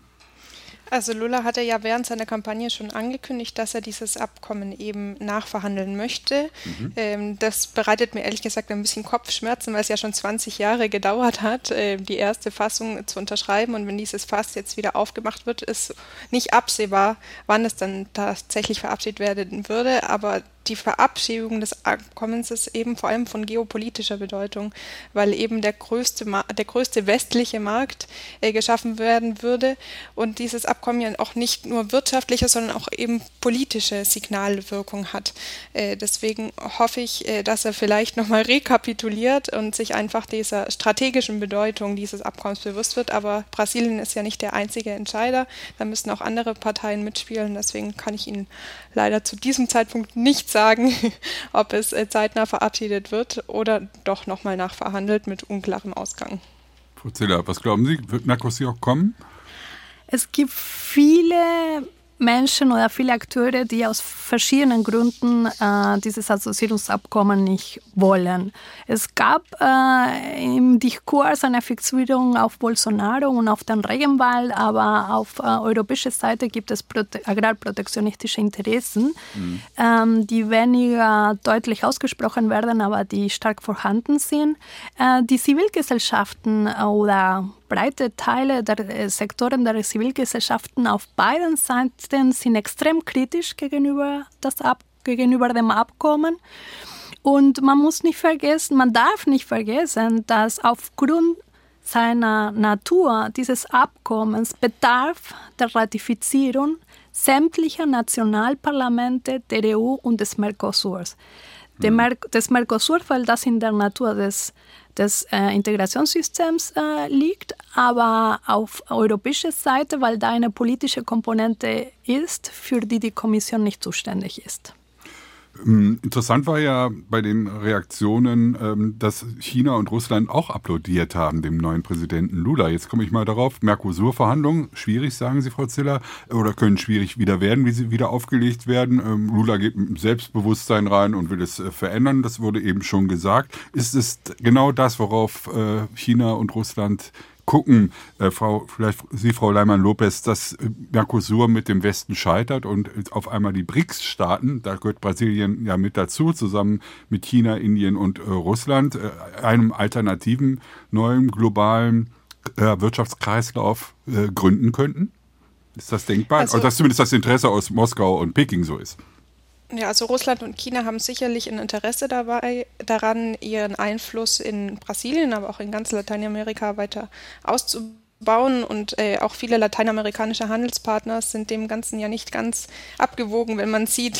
Also Lula hatte ja während seiner Kampagne schon angekündigt, dass er dieses Abkommen eben nachverhandeln möchte. Mhm. Ähm, das bereitet mir ehrlich gesagt ein bisschen Kopfschmerzen, weil es ja schon zwanzig Jahre gedauert hat, äh, die erste Fassung zu unterschreiben. Und wenn dieses Fass jetzt wieder aufgemacht wird, ist nicht absehbar, wann es dann tatsächlich verabschiedet werden würde. Aber die Verabschiedung des Abkommens ist eben vor allem von geopolitischer Bedeutung, weil eben der größte, der größte westliche Markt äh, geschaffen werden würde und dieses Abkommen ja auch nicht nur wirtschaftliche, sondern auch eben politische Signalwirkung hat. Äh, deswegen hoffe ich, äh, dass er vielleicht nochmal rekapituliert und sich einfach dieser strategischen Bedeutung dieses Abkommens bewusst wird. Aber Brasilien ist ja nicht der einzige Entscheider, da müssen auch andere Parteien mitspielen. Deswegen kann ich Ihnen leider zu diesem Zeitpunkt nicht sagen, ob es zeitnah verabschiedet wird oder doch nochmal nachverhandelt mit unklarem Ausgang. Frau Ziller, was glauben Sie? Wird Mercosur auch kommen? Es gibt viele Menschen oder viele Akteure, die aus verschiedenen Gründen äh, dieses Assoziierungsabkommen nicht wollen. Es gab äh, im Diskurs eine Fixierung auf Bolsonaro und auf den Regenwald, aber auf äh, europäischer Seite gibt es prote- agrarprotektionistische Interessen, mhm. ähm, die weniger deutlich ausgesprochen werden, aber die stark vorhanden sind. Äh, die Zivilgesellschaften oder breite Teile der äh, Sektoren der Zivilgesellschaften auf beiden Seiten sind extrem kritisch gegenüber, das Ab- gegenüber dem Abkommen. Und man muss nicht vergessen, man darf nicht vergessen, dass aufgrund seiner Natur dieses Abkommens bedarf der Ratifizierung sämtlicher Nationalparlamente der E U und des Mercosurs. Mhm. Mer- des Mercosur, weil das in der Natur des des äh, Integrationssystems äh, liegt, aber auf europäischer Seite, weil da eine politische Komponente ist, für die die Kommission nicht zuständig ist. Interessant war ja bei den Reaktionen, dass China und Russland auch applaudiert haben, dem neuen Präsidenten Lula. Jetzt komme ich mal darauf, Mercosur-Verhandlungen, schwierig, sagen Sie, Frau Ziller, oder können schwierig wieder werden, wie sie wieder aufgelegt werden. Lula geht mit Selbstbewusstsein rein und will es verändern, das wurde eben schon gesagt. Ist es genau das, worauf China und Russland gucken, äh, Frau, vielleicht Sie, Frau Leimann-Lopez, dass Mercosur mit dem Westen scheitert und auf einmal die B R I C S-Staaten, da gehört Brasilien ja mit dazu, zusammen mit China, Indien und äh, Russland, äh, einem alternativen, neuen, globalen äh, Wirtschaftskreislauf äh, gründen könnten? Ist das denkbar? Also, also dass zumindest das Interesse aus Moskau und Peking so ist. Ja, also Russland und China haben sicherlich ein Interesse dabei, daran, ihren Einfluss in Brasilien, aber auch in ganz Lateinamerika weiter auszubauen. Und äh, auch viele lateinamerikanische Handelspartner sind dem Ganzen ja nicht ganz abgewogen, wenn man sieht,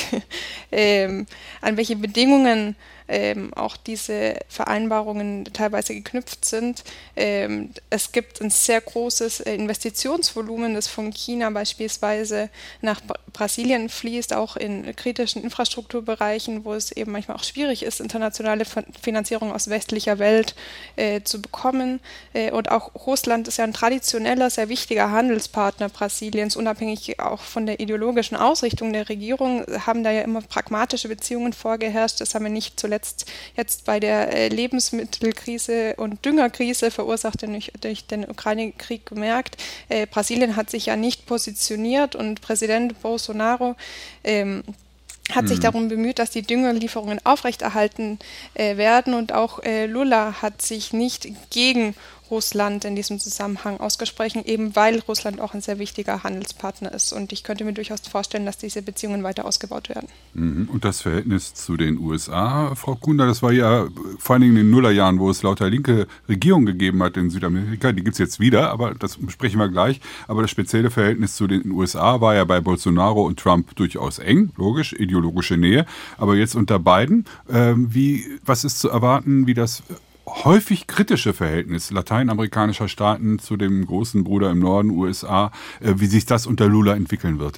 ähm, an welche Bedingungen ähm, auch diese Vereinbarungen teilweise geknüpft sind. Ähm, es gibt ein sehr großes Investitionsvolumen, das von China beispielsweise nach Brasilien fließt, auch in kritischen Infrastrukturbereichen, wo es eben manchmal auch schwierig ist, internationale Finanzierung aus westlicher Welt äh, zu bekommen. Äh, und auch Russland ist ja ein traditioneller, sehr wichtiger Handelspartner Brasiliens, unabhängig auch von der ideologischen Ausrichtung der Regierung, haben da ja immer pragmatische Beziehungen vorgeherrscht. Das haben wir nicht zuletzt jetzt bei der äh, Lebensmittelkrise und Düngerkrise, verursacht durch, durch den Ukraine-Krieg, gemerkt. Äh, Brasilien hat sich ja nicht positioniert und Präsident Bolsonaro ähm, hat mhm. sich darum bemüht, dass die Düngerlieferungen aufrechterhalten äh, werden, und auch äh, Lula hat sich nicht gegen Russland in diesem Zusammenhang ausgesprochen, eben weil Russland auch ein sehr wichtiger Handelspartner ist. Und ich könnte mir durchaus vorstellen, dass diese Beziehungen weiter ausgebaut werden. Und das Verhältnis zu den U S A, Frau Kunda, das war ja vor allen Dingen in den Nullerjahren, wo es lauter linke Regierungen gegeben hat in Südamerika. Die gibt es jetzt wieder, aber das besprechen wir gleich. Aber das spezielle Verhältnis zu den U S A war ja bei Bolsonaro und Trump durchaus eng, logisch, ideologische Nähe. Aber jetzt unter Biden, äh, wie, was ist zu erwarten, wie das häufig kritische Verhältnis lateinamerikanischer Staaten zu dem großen Bruder im Norden, U S A, wie sich das unter Lula entwickeln wird?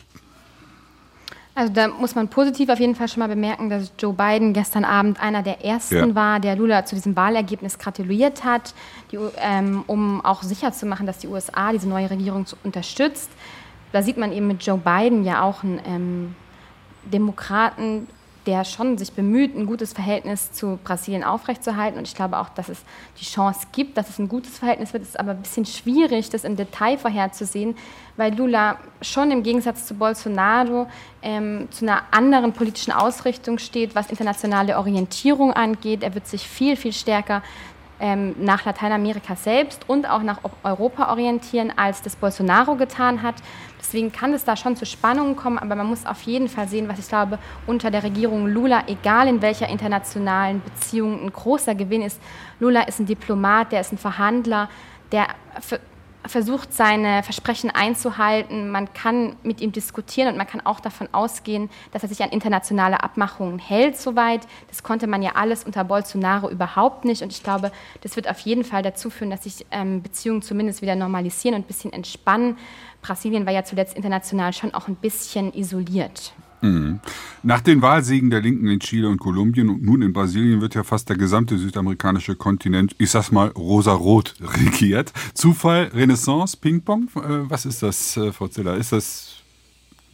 Also da muss man positiv auf jeden Fall schon mal bemerken, dass Joe Biden gestern Abend einer der ersten ja. war, der Lula zu diesem Wahlergebnis gratuliert hat, die, ähm, um auch sicherzumachen, dass die U S A diese neue Regierung unterstützt. Da sieht man eben mit Joe Biden ja auch einen ähm, Demokraten, der schon sich bemüht, ein gutes Verhältnis zu Brasilien aufrechtzuerhalten. Und ich glaube auch, dass es die Chance gibt, dass es ein gutes Verhältnis wird. Es ist aber ein bisschen schwierig, das im Detail vorherzusehen, weil Lula schon im Gegensatz zu Bolsonaro ähm, zu einer anderen politischen Ausrichtung steht, was internationale Orientierung angeht. Er wird sich viel, viel stärker ähm, nach Lateinamerika selbst und auch nach Europa orientieren, als das Bolsonaro getan hat. Deswegen kann es da schon zu Spannungen kommen, aber man muss auf jeden Fall sehen, was ich glaube, unter der Regierung Lula, egal in welcher internationalen Beziehung, ein großer Gewinn ist. Lula ist ein Diplomat, der ist ein Verhandler, der f- versucht, seine Versprechen einzuhalten. Man kann mit ihm diskutieren und man kann auch davon ausgehen, dass er sich an internationale Abmachungen hält soweit. Das konnte man ja alles unter Bolsonaro überhaupt nicht. Und ich glaube, das wird auf jeden Fall dazu führen, dass sich ähm, Beziehungen zumindest wieder normalisieren und ein bisschen entspannen. Brasilien war ja zuletzt international schon auch ein bisschen isoliert. Mhm. Nach den Wahlsiegen der Linken in Chile und Kolumbien und nun in Brasilien wird ja fast der gesamte südamerikanische Kontinent, ich sag's mal, rosa-rot regiert. Zufall, Renaissance, Ping-Pong? Was ist das, Frau Ziller? Ist das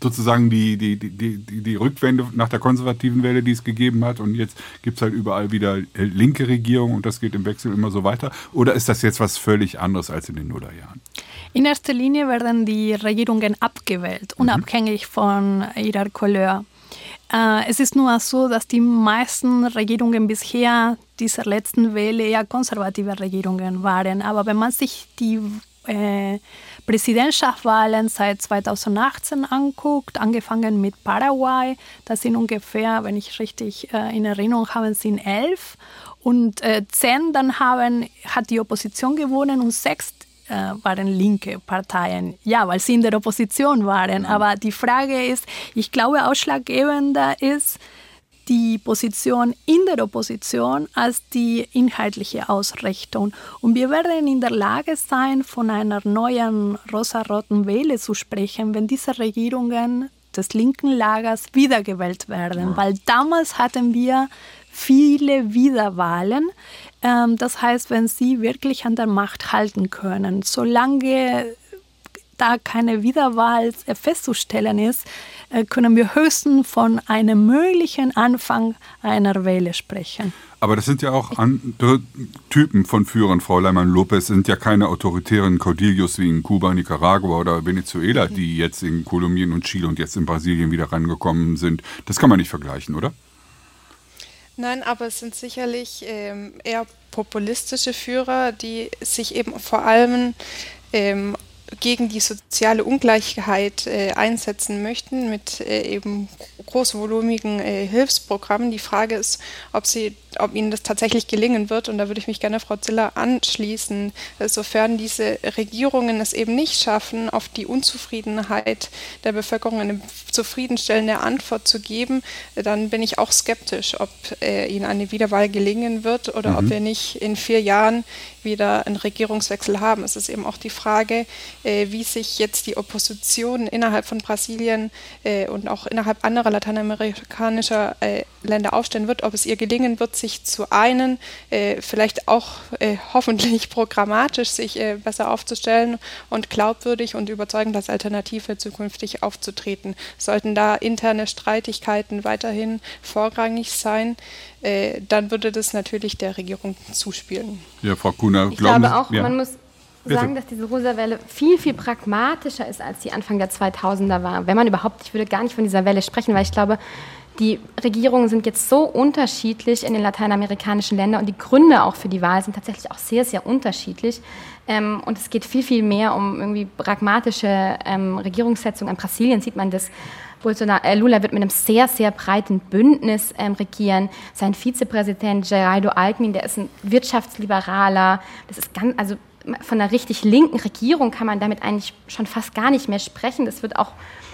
sozusagen die, die, die, die, die Rückwende nach der konservativen Welle, die es gegeben hat und jetzt gibt es halt überall wieder linke Regierungen und das geht im Wechsel immer so weiter? Oder ist das jetzt was völlig anderes als in den Nullerjahren? In erster Linie werden die Regierungen abgewählt, unabhängig mhm. von ihrer Couleur. Äh, es ist nur so, dass die meisten Regierungen bisher dieser letzten Welle eher konservative Regierungen waren. Aber wenn man sich die äh, Präsidentschaftswahlen seit zweitausendachtzehn anguckt, angefangen mit Paraguay, das sind ungefähr, wenn ich richtig äh, in Erinnerung habe, sind elf. Und äh, zehn dann haben, hat die Opposition gewonnen und sechs äh, waren linke Parteien. Ja, weil sie in der Opposition waren. Aber die Frage ist, ich glaube, ausschlaggebender ist die Position in der Opposition als die inhaltliche Ausrichtung. Und wir werden in der Lage sein, von einer neuen rosaroten Welle zu sprechen, wenn diese Regierungen des linken Lagers wiedergewählt werden. Ja. Weil damals hatten wir viele Wiederwahlen. Ähm, das heißt, wenn sie wirklich an der Macht halten können, solange da keine Wiederwahl festzustellen ist, können wir höchstens von einem möglichen Anfang einer Welle sprechen. Aber das sind ja auch andere Typen von Führern, Frau Leymann-Lopez, sind ja keine autoritären Caudillos wie in Kuba, Nicaragua oder Venezuela, die jetzt in Kolumbien und Chile und jetzt in Brasilien wieder rangekommen sind. Das kann man nicht vergleichen, oder? Nein, aber es sind sicherlich ähm, eher populistische Führer, die sich eben vor allem ähm, gegen die soziale Ungleichheit äh, einsetzen möchten mit äh, eben großvolumigen äh, Hilfsprogrammen. Die Frage ist, ob sie, ob ihnen das tatsächlich gelingen wird. Und da würde ich mich gerne Frau Ziller anschließen. Sofern diese Regierungen es eben nicht schaffen, auf die Unzufriedenheit der Bevölkerung eine zufriedenstellende Antwort zu geben, dann bin ich auch skeptisch, ob äh, ihnen eine Wiederwahl gelingen wird oder mhm. ob wir nicht in vier Jahren wieder einen Regierungswechsel haben. Es ist eben auch die Frage, äh, wie sich jetzt die Opposition innerhalb von Brasilien äh, und auch innerhalb anderer lateinamerikanischer äh, Länder aufstellen wird, ob es ihr gelingen wird, sich zu einen, äh, vielleicht auch äh, hoffentlich programmatisch sich äh, besser aufzustellen und glaubwürdig und überzeugend als Alternative zukünftig aufzutreten. Sollten da interne Streitigkeiten weiterhin vorrangig sein, äh, dann würde das natürlich der Regierung zuspielen. Ja, Frau Kuhner, ich glaube auch, ja. man muss sagen, dass diese rosa Welle viel, viel pragmatischer ist, als die Anfang der zweitausender war. Wenn man überhaupt, ich würde gar nicht von dieser Welle sprechen, weil ich glaube, die Regierungen sind jetzt so unterschiedlich in den lateinamerikanischen Ländern und die Gründe auch für die Wahl sind tatsächlich auch sehr, sehr unterschiedlich. Ähm, und es geht viel, viel mehr um irgendwie pragmatische ähm, Regierungssetzung. In Brasilien sieht man das. Bolsonaro, äh, Lula wird mit einem sehr, sehr breiten Bündnis ähm, regieren. Sein Vizepräsident Geraldo Alckmin, der ist ein Wirtschaftsliberaler. Das ist ganz, also von einer richtig linken Regierung kann man damit eigentlich schon fast gar nicht mehr sprechen. Das wird auch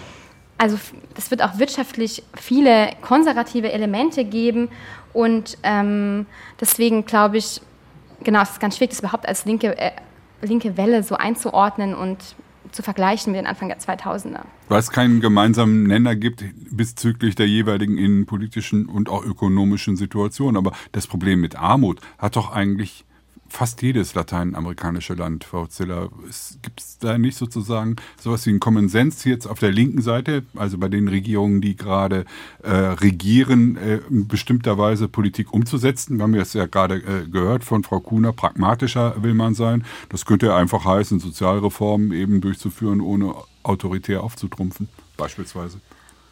Also das wird auch wirtschaftlich viele konservative Elemente geben und ähm, deswegen glaube ich, genau, es ist ganz schwierig, das überhaupt als linke, äh, linke Welle so einzuordnen und zu vergleichen mit den Anfang der zweitausender. Weil es keinen gemeinsamen Nenner gibt bezüglich der jeweiligen innenpolitischen und auch ökonomischen Situation. Aber das Problem mit Armut hat doch eigentlich fast jedes lateinamerikanische Land, Frau Ziller. Gibt es da nicht sozusagen sowas wie einen Common Sense jetzt auf der linken Seite, also bei den Regierungen, die gerade äh, regieren, äh, in bestimmter Weise Politik umzusetzen? Wir haben jetzt ja gerade äh, gehört von Frau Kuhner, pragmatischer will man sein. Das könnte ja einfach heißen, Sozialreformen eben durchzuführen, ohne autoritär aufzutrumpfen, beispielsweise.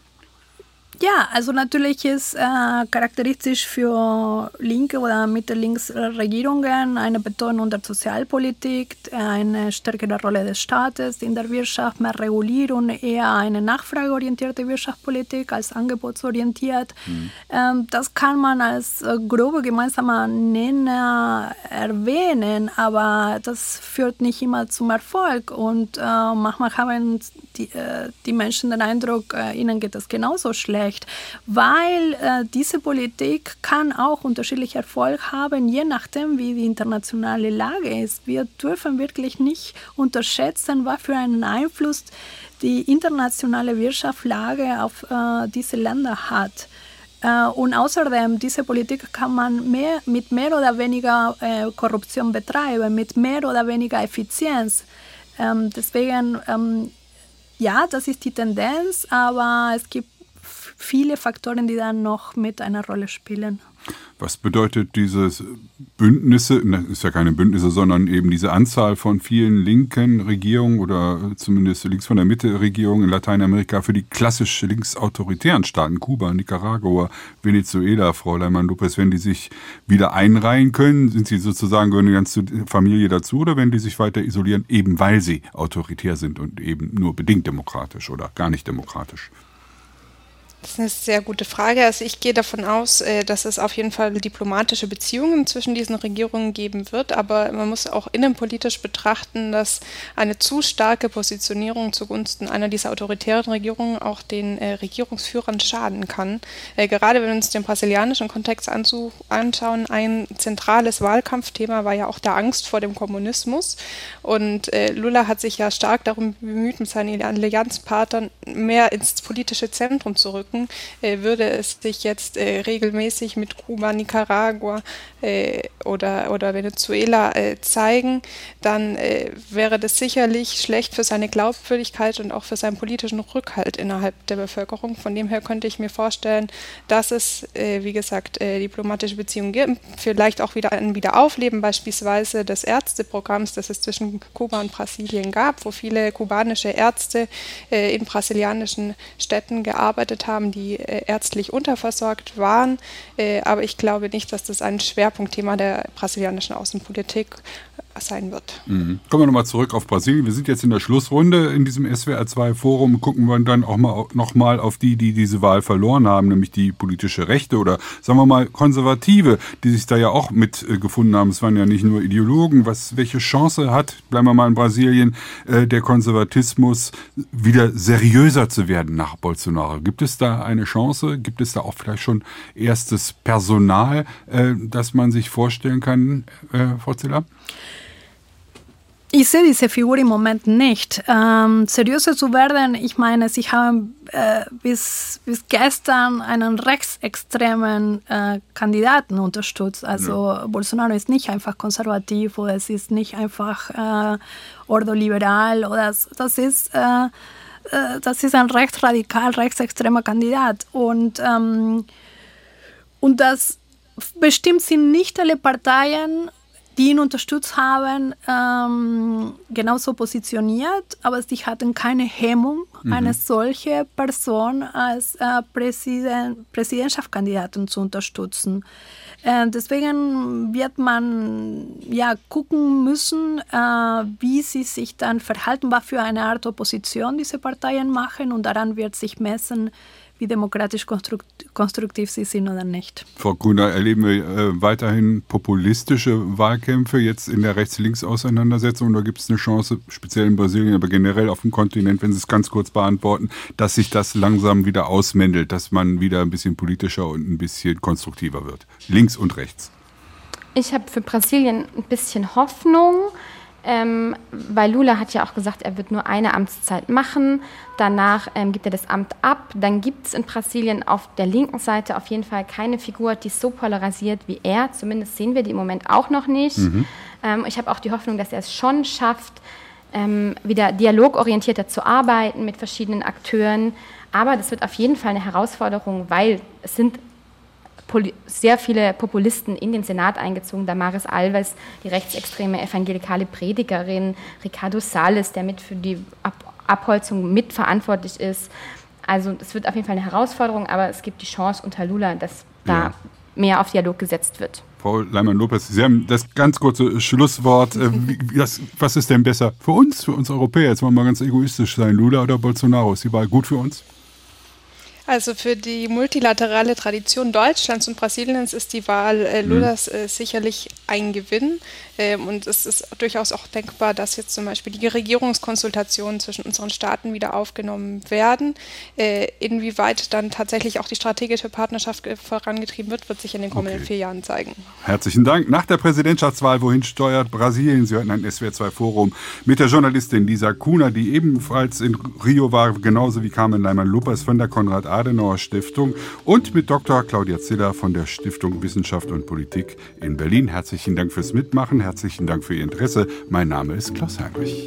Ja, also natürlich ist äh, charakteristisch für linke oder Mitte-Links-Regierungen eine Betonung der Sozialpolitik, eine stärkere Rolle des Staates in der Wirtschaft, mehr Regulierung, eher eine nachfrageorientierte Wirtschaftspolitik als angebotsorientiert. Mhm. Ähm, das kann man als äh, grobe gemeinsamer Nenner erwähnen, aber das führt nicht immer zum Erfolg und äh, manchmal haben die, äh, die Menschen den Eindruck, äh, ihnen geht es genauso schlecht. Weil äh, diese Politik kann auch unterschiedlichen Erfolg haben, je nachdem, wie die internationale Lage ist. Wir dürfen wirklich nicht unterschätzen, was für einen Einfluss die internationale Wirtschaftslage auf äh, diese Länder hat. Äh, und außerdem, diese Politik kann man mehr, mit mehr oder weniger äh, Korruption betreiben, mit mehr oder weniger Effizienz. Ähm, deswegen ähm, ja, das ist die Tendenz, aber es gibt viele Faktoren, die dann noch mit einer Rolle spielen. Was bedeutet dieses Bündnisse, das ist ja keine Bündnisse, sondern eben diese Anzahl von vielen linken Regierungen oder zumindest links von der Mitte Regierungen in Lateinamerika für die klassisch linksautoritären Staaten, Kuba, Nicaragua, Venezuela, Frau Leimann-Lopez, wenn die sich wieder einreihen können, sind sie sozusagen, gehören die ganze Familie dazu oder wenn die sich weiter isolieren, eben weil sie autoritär sind und eben nur bedingt demokratisch oder gar nicht demokratisch? Das ist eine sehr gute Frage. Also ich gehe davon aus, dass es auf jeden Fall diplomatische Beziehungen zwischen diesen Regierungen geben wird, aber man muss auch innenpolitisch betrachten, dass eine zu starke Positionierung zugunsten einer dieser autoritären Regierungen auch den äh, Regierungsführern schaden kann. Äh, gerade wenn wir uns den brasilianischen Kontext anzu- anschauen, ein zentrales Wahlkampfthema war ja auch der Angst vor dem Kommunismus und äh, Lula hat sich ja stark darum bemüht, mit seinen Allianzpartnern mehr ins politische Zentrum zu rücken. Äh, würde es sich jetzt äh, regelmäßig mit Kuba, Nicaragua äh, oder, oder Venezuela äh, zeigen, dann äh, wäre das sicherlich schlecht für seine Glaubwürdigkeit und auch für seinen politischen Rückhalt innerhalb der Bevölkerung. Von dem her könnte ich mir vorstellen, dass es, äh, wie gesagt, äh, diplomatische Beziehungen gibt, vielleicht auch wieder ein Wiederaufleben beispielsweise des Ärzteprogramms, das es zwischen Kuba und Brasilien gab, wo viele kubanische Ärzte äh, in brasilianischen Städten gearbeitet haben, die äh, ärztlich unterversorgt waren. Äh, aber ich glaube nicht, dass das ein Schwerpunktthema der brasilianischen Außenpolitik sein wird. Mhm. Kommen wir nochmal zurück auf Brasilien. Wir sind jetzt in der Schlussrunde in diesem S W R zwei Forum. Gucken wir dann auch mal nochmal auf die, die diese Wahl verloren haben, nämlich die politische Rechte oder sagen wir mal Konservative, die sich da ja auch mit äh, gefunden haben. Es waren ja nicht nur Ideologen. Was, welche Chance hat, bleiben wir mal in Brasilien, äh, der Konservatismus wieder seriöser zu werden nach Bolsonaro? Gibt es da eine Chance? Gibt es da auch vielleicht schon erstes Personal, äh, das man sich vorstellen kann, äh, Frau Ziller? Ich sehe diese Figur im Moment nicht. Ähm, seriöser zu werden, ich meine, sie haben äh, bis, bis gestern einen rechtsextremen äh, Kandidaten unterstützt. Also ja. Bolsonaro ist nicht einfach konservativ oder es ist nicht einfach äh, ordoliberal. Oder das ist, äh, äh, das ist ein rechtsradikal, rechtsextremer Kandidat. Und, ähm, und das bestimmt sind nicht alle Parteien, die ihn unterstützt haben, ähm, genauso positioniert, aber sie hatten keine Hemmung, mhm. eine solche Person als äh, Präsident, Präsidentschaftskandidaten zu unterstützen. Äh, deswegen wird man ja gucken müssen, äh, wie sie sich dann verhalten, was für eine Art Opposition diese Parteien machen und daran wird sich messen, wie demokratisch konstruktiv sie sind oder nicht. Frau Gruner, erleben wir äh, weiterhin populistische Wahlkämpfe jetzt in der Rechts-Links-Auseinandersetzung oder gibt es eine Chance, speziell in Brasilien, aber generell auf dem Kontinent, wenn Sie es ganz kurz beantworten, dass sich das langsam wieder ausmändelt, dass man wieder ein bisschen politischer und ein bisschen konstruktiver wird? Links und rechts. Ich habe für Brasilien ein bisschen Hoffnung. Ähm, weil Lula hat ja auch gesagt, er wird nur eine Amtszeit machen, danach ähm, gibt er das Amt ab. Dann gibt es in Brasilien auf der linken Seite auf jeden Fall keine Figur, die so polarisiert wie er. Zumindest sehen wir die im Moment auch noch nicht. Mhm. Ähm, ich habe auch die Hoffnung, dass er es schon schafft, ähm, wieder dialogorientierter zu arbeiten mit verschiedenen Akteuren. Aber das wird auf jeden Fall eine Herausforderung, weil es sind sehr viele Populisten in den Senat eingezogen. Damares Alves, die rechtsextreme evangelikale Predigerin, Ricardo Salles, der mit für die Ab- Abholzung mitverantwortlich ist. Also es wird auf jeden Fall eine Herausforderung, aber es gibt die Chance unter Lula, dass da ja. mehr auf Dialog gesetzt wird. Frau Leimann-Lopez, Sie haben das ganz kurze Schlusswort. Wie, das, was ist denn besser für uns, für uns Europäer? Jetzt wollen wir mal ganz egoistisch sein. Lula oder Bolsonaro? Ist die Wahl gut für uns? Also für die multilaterale Tradition Deutschlands und Brasiliens ist die Wahl äh, Lulas äh, sicherlich ein Gewinn. Ähm, und es ist durchaus auch denkbar, dass jetzt zum Beispiel die Regierungskonsultationen zwischen unseren Staaten wieder aufgenommen werden. Äh, inwieweit dann tatsächlich auch die strategische Partnerschaft vorangetrieben wird, wird sich in den kommenden okay. vier Jahren zeigen. Herzlichen Dank. Nach der Präsidentschaftswahl, wohin steuert Brasilien? Sie hörten ein S W R zwei Forum mit der Journalistin Lisa Kuna, die ebenfalls in Rio war, genauso wie Carmen Leimann-Lopez von der Konrad-Adenauer-Stiftung und mit Doktor Claudia Ziller von der Stiftung Wissenschaft und Politik in Berlin. Herzlichen Dank fürs Mitmachen. Herzlichen Dank für Ihr Interesse. Mein Name ist Klaus Heinrich.